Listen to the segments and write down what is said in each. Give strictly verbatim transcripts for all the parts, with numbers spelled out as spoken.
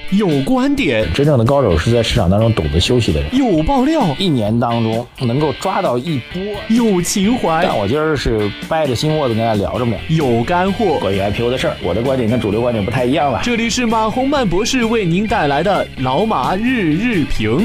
有观点， 真正的高手是在市场当中懂得休息的人。 有爆料， 一年当中能够抓到一波， 有情怀。 但我今儿是掰着心窝子跟大家聊着呢， 有干货。 关于 I P O 的事儿，我的观点跟主流观点不太一样了。 这里是马洪曼博士为您带来的老马日日评。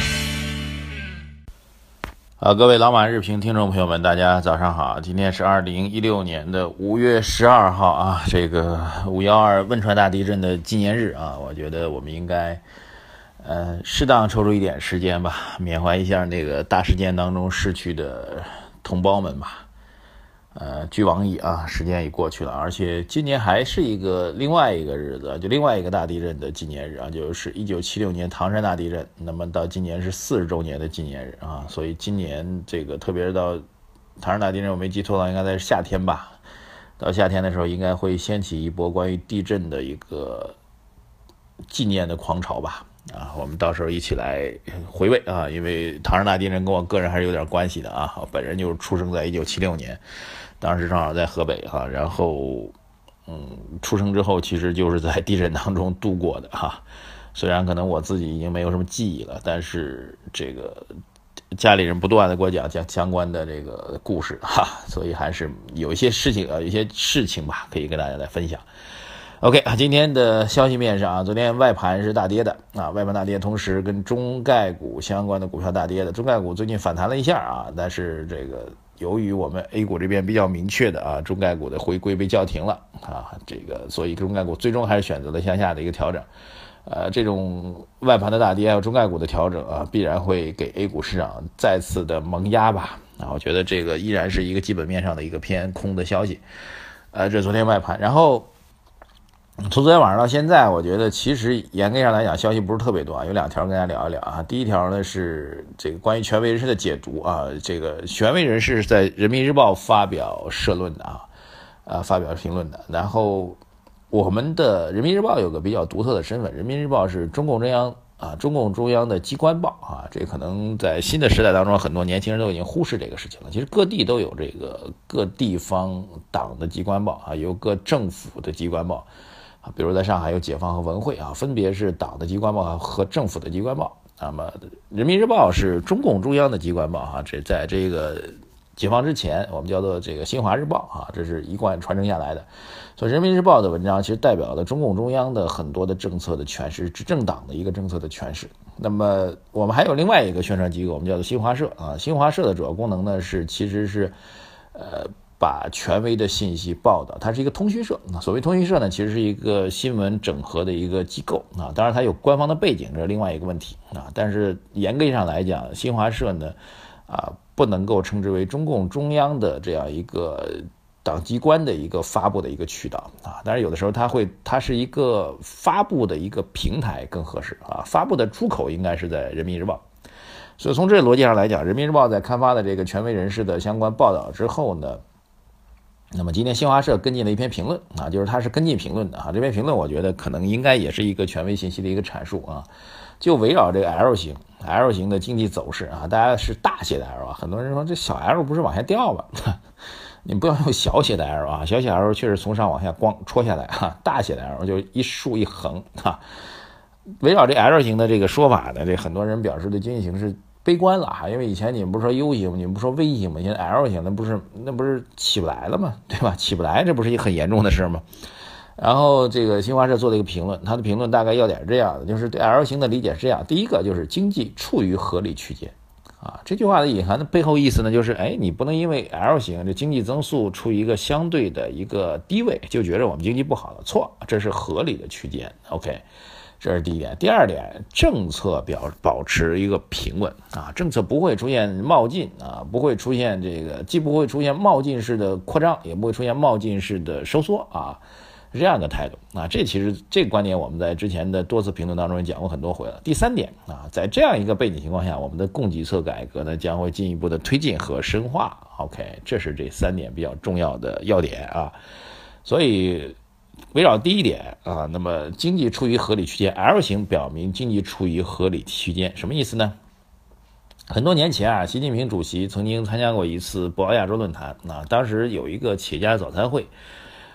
啊，各位老马日评听众朋友们，大家早上好！今天是二零一六年的五月十二号啊，这个五幺二汶川大地震的纪念日啊，我觉得我们应该呃适当抽出一点时间吧，缅怀一下那个大事件当中逝去的同胞们吧。呃，俱往矣啊，时间已过去了，而且今年还是一个另外一个日子，就另外一个大地震的纪念日啊，就是一九七六年唐山大地震。那么到今年是四十周年的纪念日啊，所以今年这个，特别是到唐山大地震，我没记错的话，应该在夏天吧。到夏天的时候，应该会掀起一波关于地震的一个纪念的狂潮吧。啊，我们到时候一起来回味啊，因为唐山大地震跟我个人还是有点关系的啊，我本人就是出生在一九七六年。当时正好在河北哈，然后，嗯，出生之后其实就是在地震当中度过的哈。虽然可能我自己已经没有什么记忆了，但是这个家里人不断的给我讲讲相关的这个故事哈，所以还是有一些事情啊，有一些事情吧，可以跟大家来分享。OK， 今天的消息面上啊，昨天外盘是大跌的啊，外盘大跌，同时跟中概股相关的股票大跌的。中概股最近反弹了一下啊，但是这个由于我们 A 股这边比较明确的啊，中概股的回归被叫停了啊，这个所以中概股最终还是选择了向下的一个调整。呃，这种外盘的大跌还有中概股的调整啊，必然会给 A 股市场再次的蒙压吧。啊，我觉得这个依然是一个基本面上的一个偏空的消息。呃，这昨天外盘，然后从昨天晚上到现在，我觉得其实严格上来讲，消息不是特别多啊，有两条跟大家聊一聊啊。第一条呢是这个关于权威人士的解读啊，这个权威人士在人民日报发表社论的啊，呃，发表评论的。然后我们的人民日报有个比较独特的身份，人民日报是中共中央啊，中共中央的机关报啊，这可能在新的时代当中，很多年轻人都已经忽视这个事情了。其实各地都有这个各地方党的机关报啊，有各政府的机关报。啊，比如在上海有解放和文汇啊，分别是党的机关报和政府的机关报。那么人民日报是中共中央的机关报啊，这在这个解放之前我们叫做这个新华日报啊，这是一贯传承下来的。所以人民日报的文章其实代表了中共中央的很多的政策的诠释，执政党的一个政策的诠释。那么我们还有另外一个宣传机构，我们叫做新华社啊，新华社的主要功能呢是其实是呃把权威的信息报道，它是一个通讯社。所谓通讯社呢，其实是一个新闻整合的一个机构啊，当然它有官方的背景，这是另外一个问题啊。但是严格上来讲，新华社呢，啊，不能够称之为中共中央的这样一个党机关的一个发布的一个渠道啊。当然有的时候它会，它是一个发布的一个平台更合适啊，发布的出口应该是在人民日报。所以从这个逻辑上来讲，人民日报在刊发的这个权威人士的相关报道之后呢，那么今天新华社跟进了一篇评论啊，就是它是跟进评论的啊。这篇评论我觉得可能应该也是一个权威信息的一个阐述啊，就围绕这个 L 型 L 型的经济走势啊，大家是大写的 L 啊，很多人说这小 L 不是往下掉吗？你不要用小写的 L 啊，小写 L 确实从上往下光戳下来哈，大写的 L 就一竖一横哈。围绕这 L 型的这个说法呢，这很多人表示对经济形势悲观了哈，因为以前你们不是说 U 型，你们不说 V 型吗？现在 L 型，那不是那不是起不来了吗？对吧？起不来，这不是一个很严重的事吗？然后这个新华社做了一个评论，他的评论大概要点这样的，就是对 L 型的理解是这样：第一个就是经济处于合理区间啊，这句话的隐含的背后意思呢，就是哎，你不能因为 L 型这经济增速处于一个相对的一个低位，就觉得我们经济不好了，错，这是合理的区间。OK。这是第一点。第二点，政策表保持一个平稳啊，政策不会出现冒进啊，不会出现这个，既不会出现冒进式的扩张，也不会出现冒进式的收缩啊，是这样的态度啊。这其实这个观点我们在之前的多次评论当中也讲过很多回了。第三点啊，在这样一个背景情况下，我们的供给侧改革呢将会进一步的推进和深化。OK， 这是这三点比较重要的要点啊，所以。围绕第一点啊，那么经济处于合理区间 ，L 型表明经济处于合理区间，什么意思呢？很多年前啊，习近平主席曾经参加过一次博鳌亚洲论坛啊，当时有一个企业家早餐会，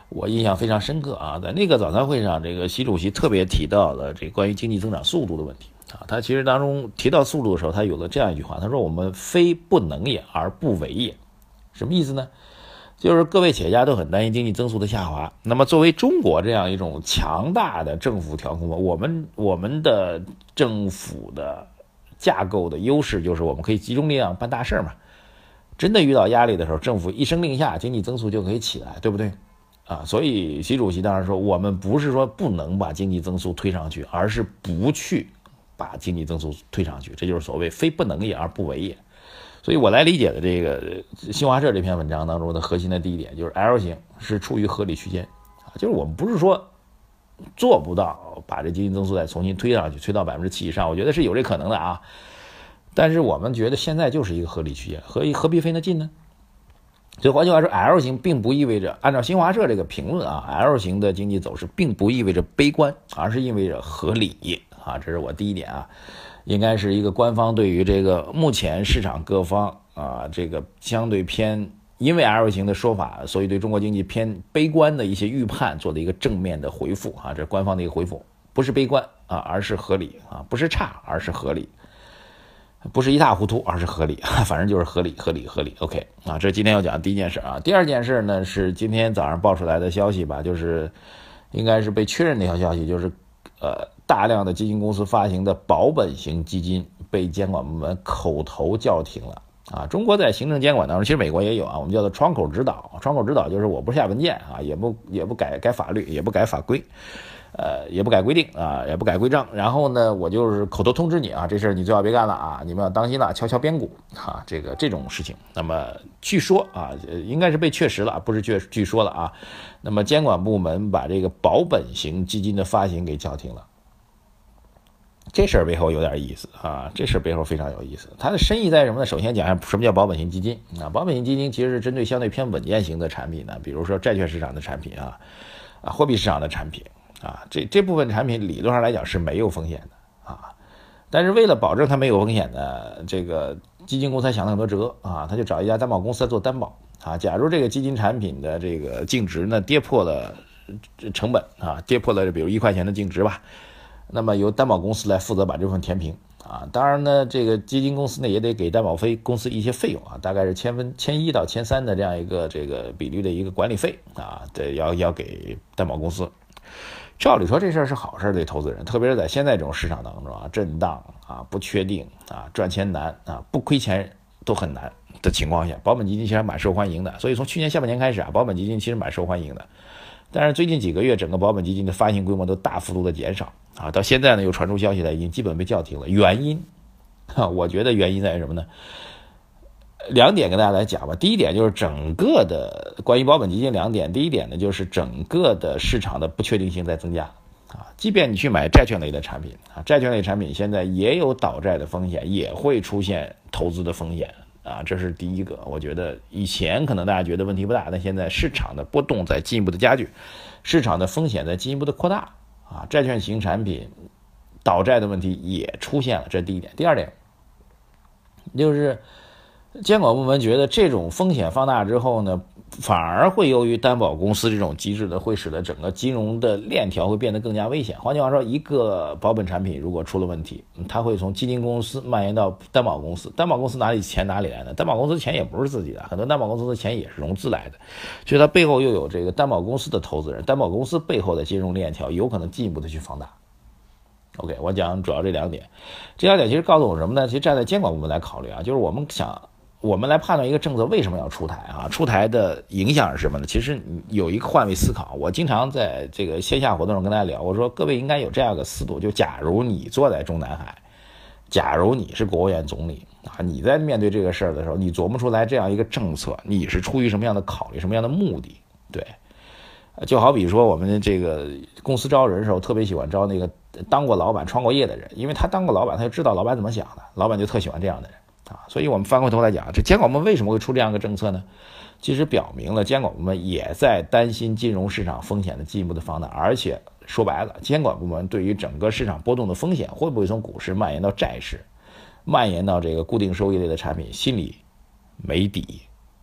我印象非常深刻啊，在那个早餐会上，这个习主席特别提到了这关于经济增长速度的问题啊。他其实当中提到速度的时候，他有了这样一句话，他说：“我们非不能也而不为也。”什么意思呢？就是各位企业家都很担心经济增速的下滑。那么作为中国这样一种强大的政府调控，我们我们的政府的架构的优势就是我们可以集中力量办大事嘛。真的遇到压力的时候，政府一声令下，经济增速就可以起来，对不对？啊，所以习主席当然说，我们不是说不能把经济增速推上去，而是不去把经济增速推上去，这就是所谓非不能也而不为也。所以我来理解的这个新华社这篇文章当中的核心的第一点就是 L 型是处于合理区间啊，就是我们不是说做不到把这经济增速再重新推上去，推到百分之七以上，我觉得是有这可能的啊。但是我们觉得现在就是一个合理区间，何何必费那劲呢？所以换句话说 ，L 型并不意味着按照新华社这个评论啊 ，L 型的经济走势并不意味着悲观，而是意味着合理啊，这是我第一点啊。应该是一个官方对于这个目前市场各方啊，这个相对偏因为 L 型的说法，所以对中国经济偏悲观的一些预判做的一个正面的回复啊，这是官方的一个回复，不是悲观啊，而是合理啊，不是差，而是合理，不是一塌糊涂，而是合理，反正就是合理，合理，合理。OK 啊，这是今天要讲的第一件事啊。第二件事呢是今天早上报出来的消息吧，就是应该是被确认的一条消息，就是呃。大量的基金公司发行的保本型基金被监管部门口头叫停了啊！中国在行政监管当中，其实美国也有啊，我们叫做窗口指导。窗口指导就是我不下文件啊，也不也不改改法律，也不改法规，呃，也不改规定啊，也不改规章。然后呢，我就是口头通知你啊，这事儿你最好别干了啊，你们要当心了，敲敲边鼓啊，这个这种事情。那么据说啊，应该是被确实了，不是据据说了啊。那么监管部门把这个保本型基金的发行给叫停了。这事儿背后有点意思啊，这事儿背后非常有意思。它的深意在什么呢？首先讲一下什么叫保本型基金啊？保本型基金其实是针对相对偏稳健型的产品呢，比如说债券市场的产品啊，啊货币市场的产品啊，这这部分产品理论上来讲是没有风险的啊。但是为了保证它没有风险呢，这个基金公司想了很多辙啊，他就找一家担保公司来做担保啊。假如这个基金产品的这个净值呢跌破了成本啊，跌破了比如一块钱的净值吧。那么由担保公司来负责把这部分填平啊，当然呢，这个基金公司呢也得给担保费公司一些费用啊，大概是千分千一到千三的这样一个这个比率的一个管理费啊，对，要要给担保公司。照理说这事儿是好事对投资人，特别是在现在这种市场当中啊，震荡啊，不确定啊，赚钱难啊，不亏钱都很难的情况下，保本基金其实还蛮受欢迎的。所以从去年下半年开始啊，保本基金其实蛮受欢迎的。但是最近几个月，整个保本基金的发行规模都大幅度的减少啊，到现在呢又传出消息来，已经基本被叫停了。原因啊，我觉得原因在于什么呢？两点跟大家来讲吧。第一点就是整个的关于保本基金两点，第一点呢就是整个的市场的不确定性在增加啊，即便你去买债券类的产品啊，债券类产品现在也有倒债的风险，也会出现投资的风险。啊，这是第一个，我觉得以前可能大家觉得问题不大，但现在市场的波动在进一步的加剧，市场的风险在进一步的扩大啊，债券型产品倒债的问题也出现了，这是第一点。第二点就是监管部门觉得这种风险放大之后呢，反而会由于担保公司这种机制的，会使得整个金融的链条会变得更加危险。换句话说，一个保本产品如果出了问题，它会从基金公司蔓延到担保公司，担保公司哪里钱哪里来呢？担保公司钱也不是自己的，很多担保公司的钱也是融资来的，所以它背后又有这个担保公司的投资人，担保公司背后的金融链条有可能进一步的去放大。OK， 我讲主要这两点，这两点其实告诉我什么呢？其实站在监管部门来考虑啊，就是我们想。我们来判断一个政策为什么要出台啊？出台的影响是什么呢？其实有一个换位思考。我经常在这个线下活动中跟大家聊，我说各位应该有这样一个思路：就假如你坐在中南海，假如你是国务院总理啊，你在面对这个事儿的时候，你琢磨出来这样一个政策，你是出于什么样的考虑，什么样的目的？对，就好比说我们这个公司招人的时候，特别喜欢招那个当过老板、创过业的人，因为他当过老板，他就知道老板怎么想的，老板就特喜欢这样的人。啊，所以我们翻过头来讲，这监管部门为什么会出这样一个政策呢？其实表明了监管部门也在担心金融市场风险的进一步的放大，而且说白了，监管部门对于整个市场波动的风险会不会从股市蔓延到债市，蔓延到这个固定收益类的产品，心里没底。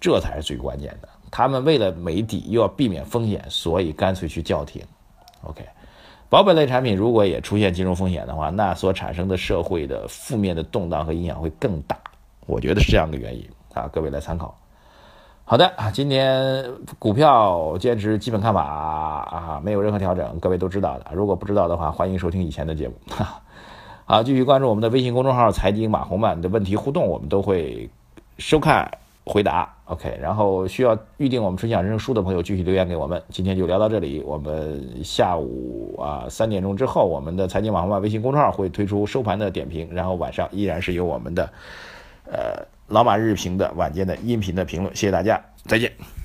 这才是最关键的。他们为了媒体又要避免风险，所以干脆去叫停。OK， 保本类产品如果也出现金融风险的话，那所产生的社会的负面的动荡和影响会更大。我觉得是这样的原因啊，各位来参考。好的，今天股票坚持基本看法啊，没有任何调整，各位都知道的。如果不知道的话，欢迎收听以前的节目。好，继续关注我们的微信公众号财经马红漫的问题互动，我们都会收看回答。OK， 然后需要预定我们纯享人生书的朋友继续留言给我们。今天就聊到这里，我们下午啊三点钟之后，我们的财经马红漫微信公众号会推出收盘的点评，然后晚上依然是由我们的呃老马日评的晚间的音频的评论。谢谢大家，再见。